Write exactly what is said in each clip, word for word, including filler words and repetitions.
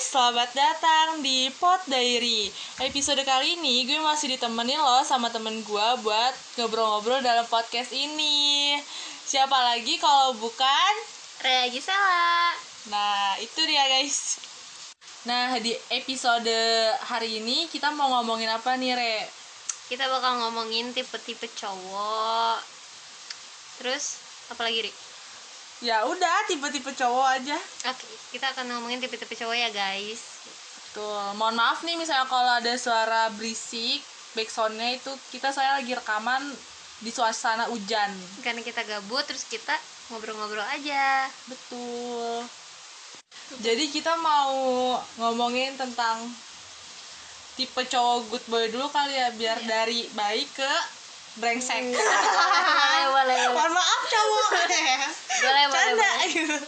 selamat datang di Pod Diary. Episode kali ini gue masih ditemenin lo sama temen gue buat ngobrol-ngobrol dalam podcast ini. Siapa lagi kalau bukan Rea Gisela. Nah, itu dia guys. Nah, di episode hari ini kita mau ngomongin apa nih, Re? Kita bakal ngomongin tipe-tipe cowok. Terus, apa lagi, Ri? Ya udah, tipe-tipe cowok aja. Oke, kita akan ngomongin tipe-tipe cowok ya, guys. Tuh, mohon maaf nih misalnya kalau ada suara berisik, backsoundnya itu kita saya lagi rekaman di suasana hujan. Karena kita gabut, terus kita ngobrol-ngobrol aja. Betul. Jadi kita mau ngomongin tentang tipe cowok good boy dulu kali ya, biar Iya. dari baik ke brengsek. boleh, boleh. Mohon maaf cowok. Boleh, boleh, Canda. boleh.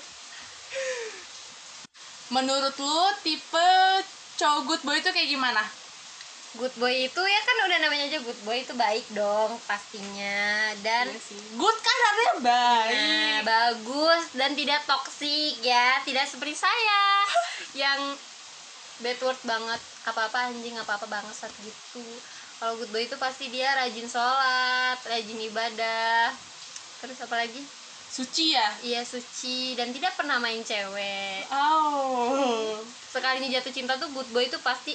Menurut lu tipe cowok good boy itu kayak gimana? Good boy itu ya kan udah namanya aja good boy, itu baik dong pastinya. Dan Iya sih. Good kan artinya baik. Nah, bagus dan tidak toksik ya, tidak seperti saya yang bad word banget, apa-apa anjing, apa-apa bangsat gitu. Kalau good boy itu pasti dia rajin sholat, rajin ibadah, terus apa lagi? Suci ya? Iya, suci dan tidak pernah main cewek. Oh. Sekalinya jatuh cinta tuh good boy itu pasti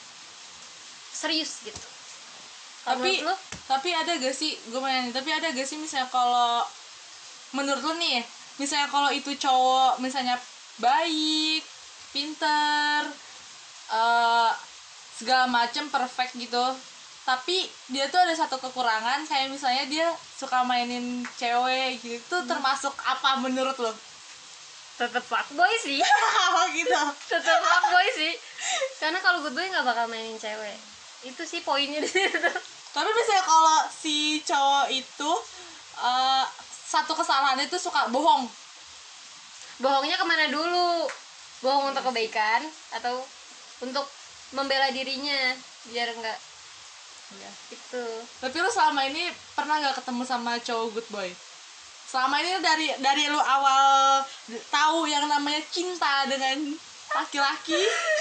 serius gitu. Kalau Tapi menurut lu? tapi ada gak sih, gue mau nanya, tapi ada gak sih misalnya kalau menurut lu nih, misalnya kalau itu cowok misalnya baik, pinter, uh, segala macem perfect gitu, tapi dia tuh ada satu kekurangan, kayak misalnya dia suka mainin cewek gitu, itu termasuk apa menurut lo? Tetep fuckboy sih. Apa gitu? Tetep fuckboy sih. Karena kalau good boy nggak bakal mainin cewek. Itu sih poinnya di situ. Tapi misalnya kalau si cowok itu uh, satu kesalahannya itu suka bohong. Bohongnya kemana dulu? Bohong untuk kebaikan atau untuk membela dirinya biar nggak Iya. itu. Tapi lu selama ini pernah gak ketemu sama cowok good boy? Selama ini dari dari lu awal tahu yang namanya cinta dengan laki-laki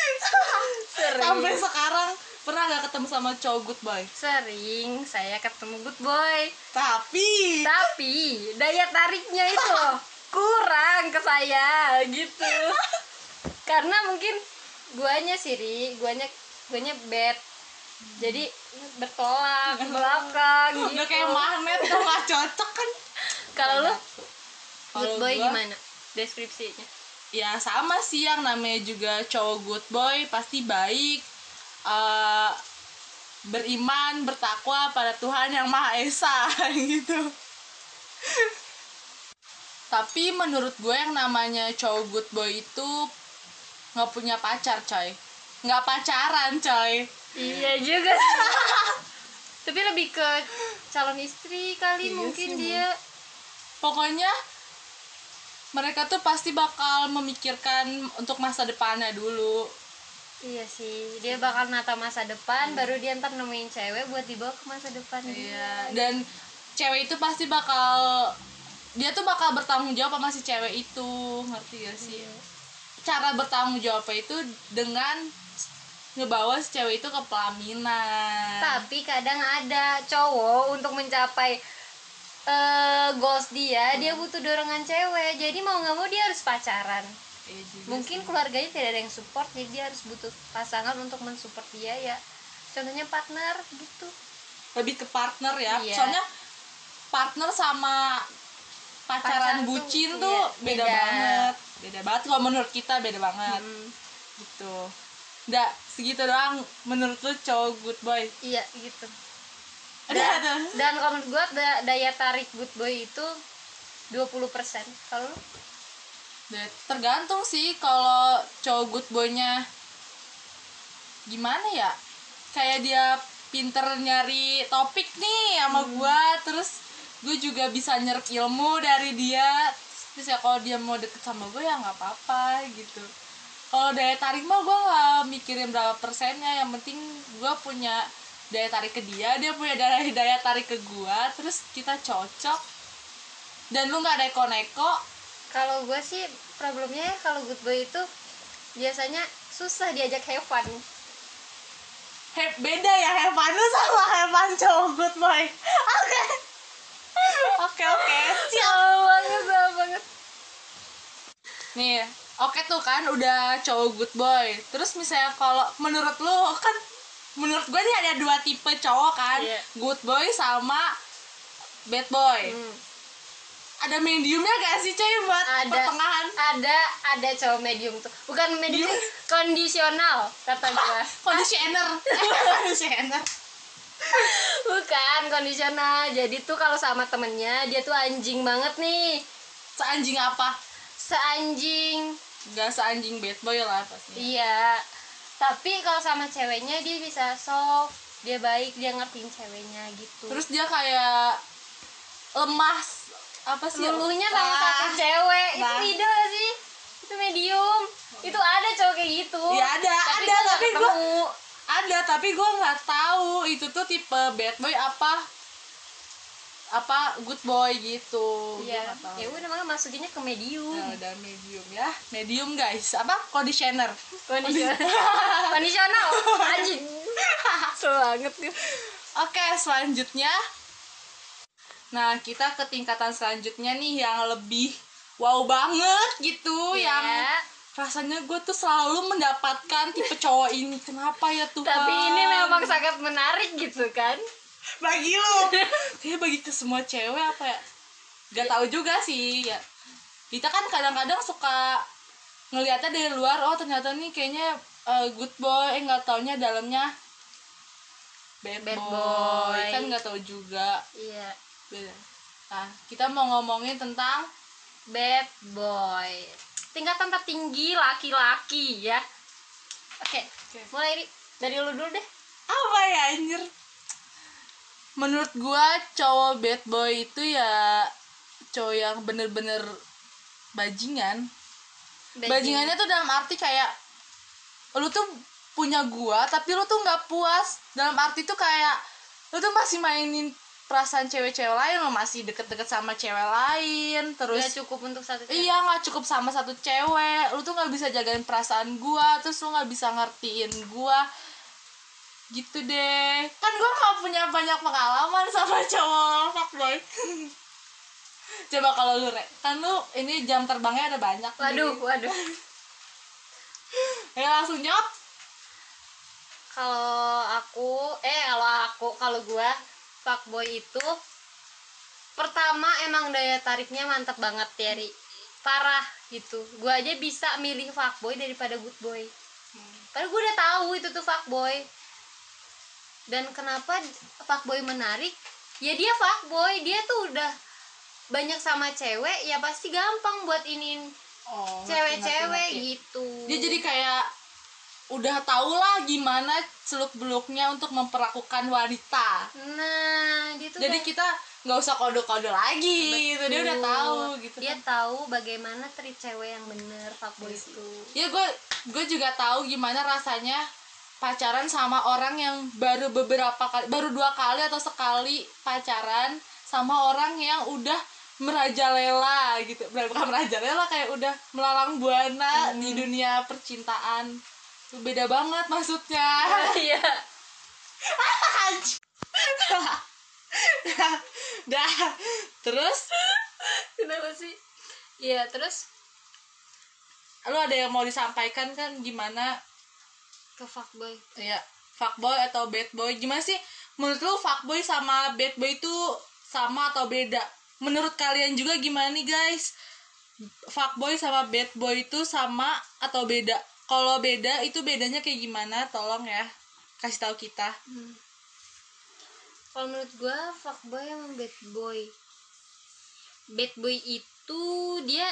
sampai sekarang pernah gak ketemu sama cowok good boy? Sering saya ketemu good boy, Tapi tapi daya tariknya itu loh kurang ke saya gitu. Karena mungkin guanya siri, guanya guanya bad. Jadi bertolak ke belakang gitu. udah kayak magnet tuh gak cocok kan? Kalau lu Kalau good boy gua- gimana deskripsinya? Ya sama sih, yang namanya juga cowok good boy pasti baik, uh, beriman, bertakwa pada Tuhan yang Maha Esa gitu. Tapi menurut gue yang namanya cowok good boy itu nggak punya pacar coy, nggak pacaran coy. Iya juga sih. Tapi lebih ke calon istri kali. Iya mungkin sih, dia Pokoknya mereka tuh pasti bakal memikirkan untuk masa depannya dulu. iya sih, dia bakal nata masa depan, baru dia ntar nemuin cewek buat dibawa ke masa depan Iya, dia. dan cewek itu pasti bakal, dia tuh bakal bertanggung jawab sama si cewek itu, ngerti gak sih? Iya. Cara bertanggung jawabnya itu dengan ngebawa si cewek itu ke pelaminan. Tapi kadang ada cowok untuk mencapai uh, goals dia, dia butuh dorongan cewek. Jadi mau nggak mau dia harus pacaran. Iya juga Mungkin sih. keluarganya tidak ada yang support, jadi dia harus butuh pasangan untuk mensupport dia ya. Contohnya partner gitu. Lebih ke partner ya. Iya. Soalnya partner sama pacaran Pacar tuh, bucin iya, tuh beda, beda. banget. Beda banget kalau menurut kita, beda banget. Hmm, Gitu. Nggak segitu doang menurut lu cowok good boy. iya gitu. Ada Dan, ada. dan kalau menurut gue da- daya tarik good boy itu dua puluh persen. Kalau lu? Dan tergantung sih, kalau cowok good boy-nya gimana ya, kayak dia pinter nyari topik nih sama Hmm. gua, terus gue juga bisa nyerap ilmu dari dia, terus ya kalau dia mau deket sama gue ya nggak apa-apa gitu. Kalau daya tarik mah gue nggak mikirin berapa persennya, yang penting gue punya daya tarik ke dia, dia punya daya daya tarik ke gue, terus kita cocok dan lu nggak neko-neko. Kalau gue sih problemnya ya kalau good boy itu biasanya susah diajak have fun. He, beda ya have fun lu sama have fun cowok good boy. Oke oke oke siap banget sama banget nih. Oke tuh kan udah cowok good boy. Terus misalnya kalau menurut lu kan, menurut gue nih ada dua tipe cowok kan, yeah. good boy sama bad boy. Hmm. Ada mediumnya gak sih coy buat ada, pertengahan? Ada, ada cowok medium tuh. Bukan medium, kondisional kata gue. Kondisioner. Kondisioner. Bukan kondisional. Jadi tuh kalau sama temennya dia tuh anjing banget nih. Seanjing apa? Seanjing. Gak seanjing bad boy lah pastinya. Iya. Tapi kalau sama ceweknya dia bisa soft, dia baik, dia ngertiin ceweknya gitu. Terus dia kayak lemah apa sih? Luluhnya sama ah, satu cewek. Nah. Itu tidak sih? Itu medium. Itu ada cowok kayak gitu. Ya ada, tapi ada tapi gue ada tapi gue nggak tahu itu tuh tipe bad boy apa apa good boy gitu. Iya. Ya udah makanya masukinnya ke medium. Ya udah medium ya. Medium guys. Apa? Conditioner. Conditioner. Conditional. Anjing. Semangat tuh. Oke, selanjutnya. Nah, kita ke tingkatan selanjutnya nih yang lebih wow banget gitu, yeah. Yang rasanya gue tuh selalu mendapatkan tipe cowok ini. Kenapa ya Tuhan? Tapi ini memang sangat menarik gitu kan? Bagi lo, kayak bagi ke semua cewek apa ya? Gak tahu juga sih ya. Kita kan kadang-kadang suka ngelihatnya dari luar, oh ternyata nih kayaknya uh, good boy, eh nggak taunya dalamnya bad, bad boy. boy. Kan nggak tahu juga. Iya. Beda. Nah, kita mau ngomongin tentang bad boy. Tingkatan tertinggi laki-laki ya. Oke, okay. Mulai dari lu dulu deh. Apa ya anjir? Menurut gua cowok bad boy itu ya cowok yang bener-bener bajingan. Bajing. Bajingannya tuh dalam arti kayak lu tuh punya gua tapi lu tuh nggak puas. Dalam arti tuh kayak lu tuh masih mainin perasaan cewek-cewek lain, lo masih deket-deket sama cewek lain, terus nggak cukup untuk satu cewek. Iya, nggak cukup sama satu cewek, lu tuh nggak bisa jagain perasaan gua, terus lu nggak bisa ngertiin gua, gitu deh. Kan gua nggak punya banyak pengalaman sama cowok fuckboy. Coba kalau lu, Re, kan lu ini jam terbangnya ada banyak. Waduh, nih. waduh. Ya langsung jawab. Kalau aku, eh kalau aku, kalau gua fuckboy itu pertama emang daya tariknya mantap banget ya, Ri. Parah gitu. Gue aja bisa milih fuckboy daripada good boy. Hmm. Padahal gue udah tahu itu tuh fuckboy. Dan kenapa fuckboy menarik? Ya dia fuckboy, dia tuh udah banyak sama cewek, ya pasti gampang buat iniin oh, cewek-cewek gitu. Dia jadi kayak udah tau lah gimana seluk-beluknya untuk memperlakukan wanita. Nah, dia tuh jadi kayak... kita nggak usah kode-kode lagi. Betul. Gitu dia udah tahu gitu. Dia kan. tahu bagaimana treat cewek yang bener fuckboy yes. itu. Ya gue gue juga tahu gimana rasanya pacaran sama orang yang baru beberapa kali, baru dua kali atau sekali pacaran sama orang yang udah merajalela gitu. Bukan merajalela, kayak udah melalang buana hmm. di dunia percintaan. Beda banget maksudnya. Iya. Dah. Terus kenapa sih? Iya, terus lu ada yang mau disampaikan kan gimana ke fuckboy? Iya, fuckboy atau bad boy. Gimana sih menurut lu fuckboy sama bad boy itu sama atau beda? Menurut kalian juga gimana nih, guys? Fuckboy sama bad boy itu sama atau beda? Kalau beda itu bedanya kayak gimana? Tolong ya kasih tahu kita. Hmm. Kalau menurut gue fuckboy sama bad boy. Bad boy itu dia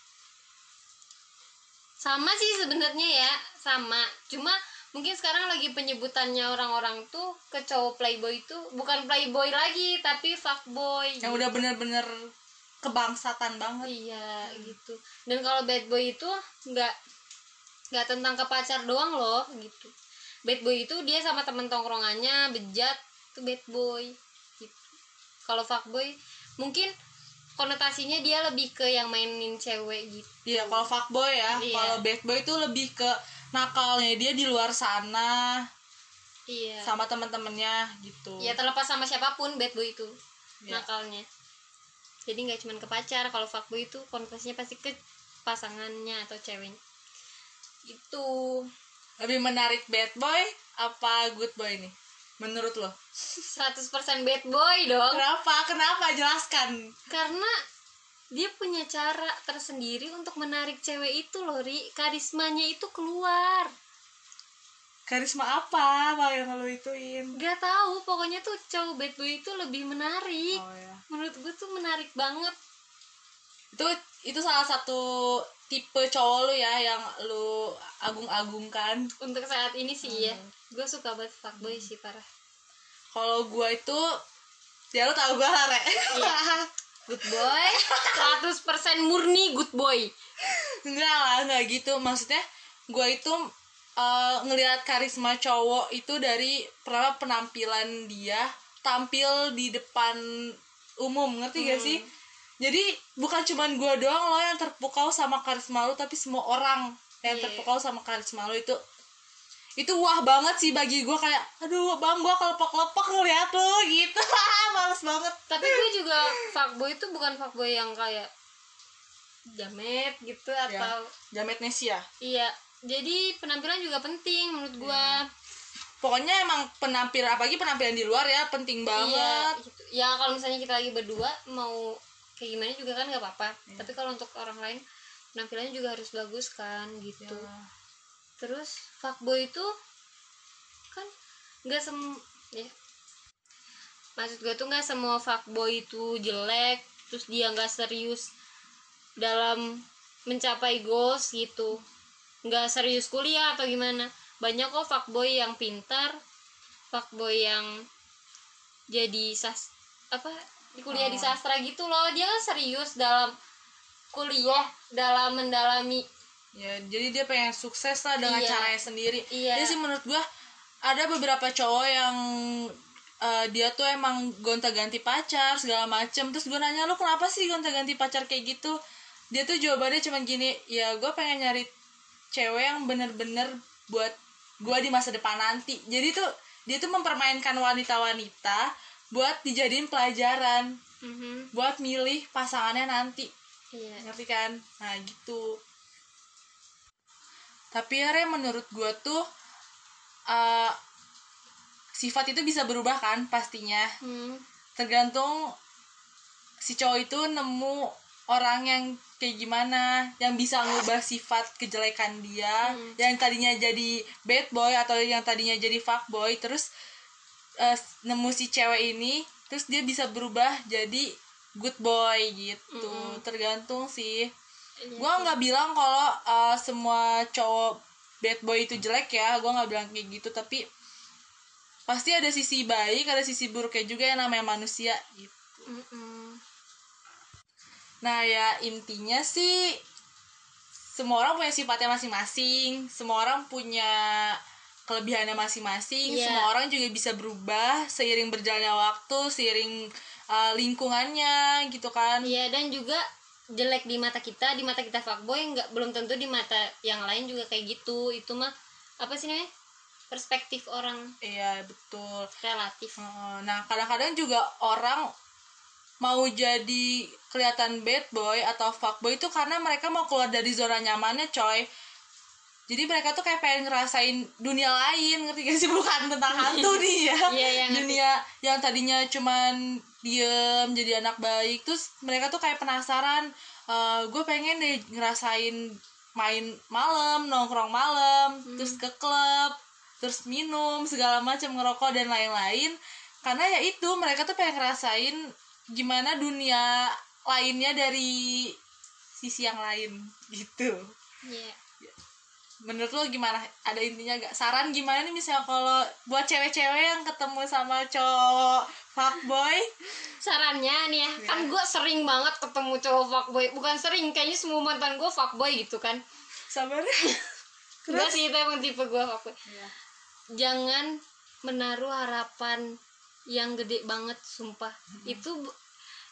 sama sih sebenarnya ya, sama. Cuma mungkin sekarang lagi penyebutannya orang-orang tuh ke cowok playboy itu bukan playboy lagi tapi fuckboy. Yang gitu. Udah bener-bener kebangsatan banget. Iya, hmm. gitu. Dan kalau bad boy itu nggak nggak tentang ke pacar doang loh gitu. Bad boy itu dia sama temen tongkrongannya bejat, itu bad boy gitu. Kalau fuckboy mungkin konotasinya dia lebih ke yang mainin cewek gitu. Iya, kalau fuckboy ya. Iya. Kalau bad boy itu lebih ke nakalnya dia di luar sana iya sama teman-temannya gitu. ya terlepas sama siapapun bad boy itu ya. nakalnya. Jadi nggak cuma ke pacar, kalau fuckboy itu konotasinya pasti ke pasangannya atau ceweknya gitu. Lebih menarik bad boy apa good boy nih menurut lo? seratus persen bad boy dong. Kenapa? Kenapa? Jelaskan. Karena dia punya cara tersendiri untuk menarik cewek itu loh, Ri. Karismanya itu keluar. Karisma apa Bang yang lo ituin? Gak tahu, pokoknya tuh cowok bad boy itu lebih menarik. Oh, ya. Menurut gue tuh menarik banget. Itu itu salah satu tipe cowok lu ya yang lu agung-agungkan. Untuk saat ini sih hmm. ya, gue suka banget fuckboy sih parah. Kalau gue itu, ya lu tau gue lah, Re. Iya. Good boy, seratus persen murni good boy. Enggak lah, enggak gitu. Maksudnya gue itu uh, ngelihat karisma cowok itu dari pertama penampilan dia tampil di depan umum, ngerti gak Hmm. sih? Jadi bukan cuman gue doang loh yang terpukau sama karisma lu, tapi semua orang yang Yeah. terpukau sama karisma lu itu itu wah banget sih bagi gue. Kayak aduh bang, gue kelepok-kelepok ngeliat lu gitu. Males banget. Tapi gue juga fuckboy itu bukan fuckboy yang kayak jamet gitu atau ya, jamet Nesia. Iya, jadi penampilan juga penting menurut gue. Ya. Pokoknya emang penampilan, apalagi penampilan di luar ya penting banget. Iya, gitu. Ya kalau misalnya kita lagi berdua mau kayak gimana juga kan nggak apa-apa. Ya. Tapi kalau untuk orang lain penampilannya juga harus bagus kan gitu. Ya. Terus fuckboy itu kan nggak sem ya maksud gue tuh nggak semua fuckboy itu jelek terus dia nggak serius dalam mencapai goals gitu, nggak serius kuliah atau gimana. Banyak kok fuckboy yang pintar, fuckboy yang jadi sas apa di kuliah Oh. di sastra gitu loh. Dia kan serius dalam kuliah, dalam mendalami. Ya, jadi dia pengen sukses lah dengan Iya. caranya sendiri. Iya. Jadi sih menurut gua ada beberapa cowok yang uh, dia tuh emang gonta-ganti pacar segala macem. Terus gua nanya, lu kenapa sih gonta-ganti pacar kayak gitu? Dia tuh jawabannya cuma gini, ya gua pengen nyari cewek yang bener-bener buat gua di masa depan nanti. Jadi tuh dia tuh mempermainkan wanita-wanita buat dijadiin pelajaran, Mm-hmm. buat milih pasangannya nanti. Iya. Ngerti kan? Nah gitu. Tapi ya Re, menurut gue tuh uh, sifat itu bisa berubah kan pastinya. Hmm. Tergantung si cowok itu nemu orang yang kayak gimana, yang bisa ngubah sifat kejelekan dia, Hmm. yang tadinya jadi bad boy atau yang tadinya jadi fuckboy, terus uh, nemu si cewek ini, terus dia bisa berubah jadi good boy gitu. Hmm. Tergantung sih. Iya Gue sih. nggak bilang kalau uh, semua cowok bad boy itu jelek ya, gue nggak bilang kayak gitu, tapi pasti ada sisi baik, ada sisi buruknya juga yang namanya manusia gitu. Mm-mm. Nah ya intinya sih semua orang punya sifatnya masing-masing, semua orang punya kelebihannya masing-masing. Iya. Semua orang juga bisa berubah seiring berjalannya waktu, seiring uh, lingkungannya gitu kan. Iya, dan juga jelek di mata kita, di mata kita fuckboy, nggak belum tentu di mata yang lain juga kayak gitu. Itu mah apa sih namanya, perspektif orang, Iya betul. relatif. Nah kadang-kadang juga orang mau jadi kelihatan bad boy atau fuckboy itu karena mereka mau keluar dari zona nyamannya coy. Jadi mereka tuh kayak pengen ngerasain dunia lain, ngerti gak sih? Bukan tentang hantu nih ya. Iya, iya, ngerti. Dunia yang tadinya cuman diem jadi anak baik, terus mereka tuh kayak penasaran, uh, gue pengen deh ngerasain main malam, nongkrong malam, Hmm. terus ke klub, terus minum segala macam, ngerokok dan lain-lain. Karena ya itu mereka tuh pengen ngerasain gimana dunia lainnya dari sisi yang lain gitu. Iya. Menurut lo gimana? Ada intinya gak? Saran gimana nih misalnya kalau buat cewek-cewek yang ketemu sama cowok fuckboy? Sarannya nih ya, kan gue sering banget ketemu cowok fuckboy. Bukan sering, kayaknya semua mantan gue fuckboy gitu kan. Sabar. Enggak sih, itu emang tipe gue fuckboy. Iya. Jangan menaruh harapan yang gede banget, sumpah. Itu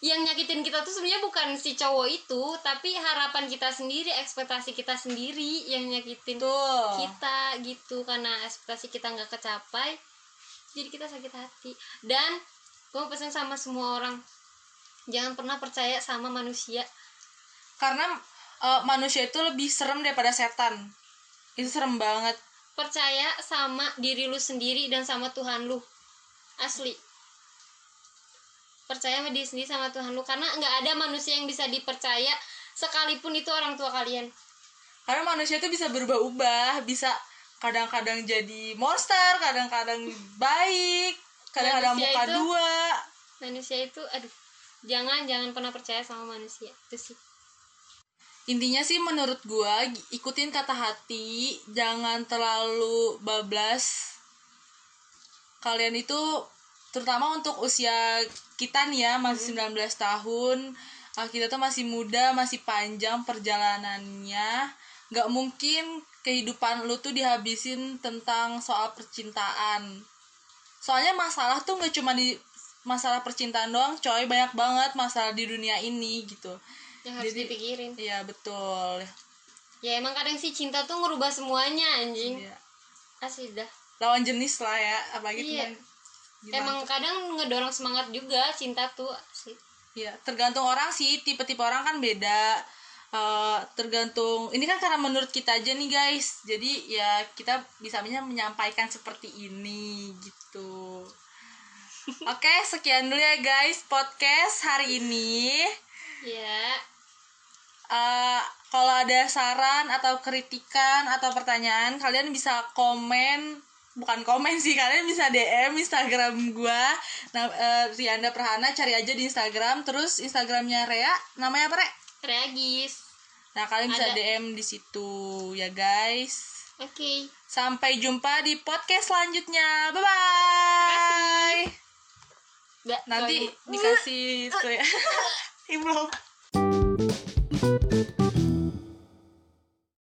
yang nyakitin kita tuh sebenarnya bukan si cowok itu, tapi harapan kita sendiri, ekspektasi kita sendiri yang nyakitin Tuh. kita gitu, karena ekspektasi kita nggak kecapai jadi kita sakit hati. Dan gue mau pesan sama semua orang, jangan pernah percaya sama manusia, karena uh, manusia itu lebih serem daripada setan. Itu serem banget. percaya sama diri lu sendiri dan sama Tuhan lu, asli. Percaya sama diri sendiri sama Tuhan lu, karena nggak ada manusia yang bisa dipercaya sekalipun itu orang tua kalian. Karena manusia itu bisa berubah-ubah, bisa kadang-kadang jadi monster, kadang-kadang baik, kadang-kadang Manusia muka itu- dua. Manusia itu aduh, jangan jangan pernah percaya sama manusia itu sih. Intinya sih menurut gua, ikutin kata hati, jangan terlalu bablas. Kalian itu, terutama untuk usia kita nih ya, masih sembilan belas tahun, uh, kita tuh masih muda, masih panjang perjalanannya. Gak mungkin kehidupan lu tuh dihabisin tentang soal percintaan. Soalnya masalah tuh gak cuma di masalah percintaan doang, coy, banyak banget masalah di dunia ini gitu. Yang harus Jadi, dipikirin. Iya betul. Ya emang kadang sih cinta tuh ngerubah semuanya anjing. Iya. Asli dah. Lawan jenis lah ya, apalagi Iya. teman. Gimana? Emang kadang ngedorong semangat juga cinta tuh asli. Iya, tergantung orang sih, tipe-tipe orang kan beda. Eh, tergantung, ini kan karena menurut kita aja nih guys, jadi ya kita bisa menyampaikan seperti ini gitu. Oke, sekian dulu ya guys podcast hari ini. Ya. Eh, kalau ada saran atau kritikan atau pertanyaan, kalian bisa komen, bukan komen sih, kalian bisa D M Instagram gua, nah, eh, Rianda Prahana, cari aja di Instagram. Terus Instagramnya Rea, namanya apa, Re? Reagis. Nah, kalian bisa Ada. D M di situ ya guys. Oke. Sampai jumpa di podcast selanjutnya. Bye bye. Nggak, Nanti kalau- dikasih itu ya. Belum.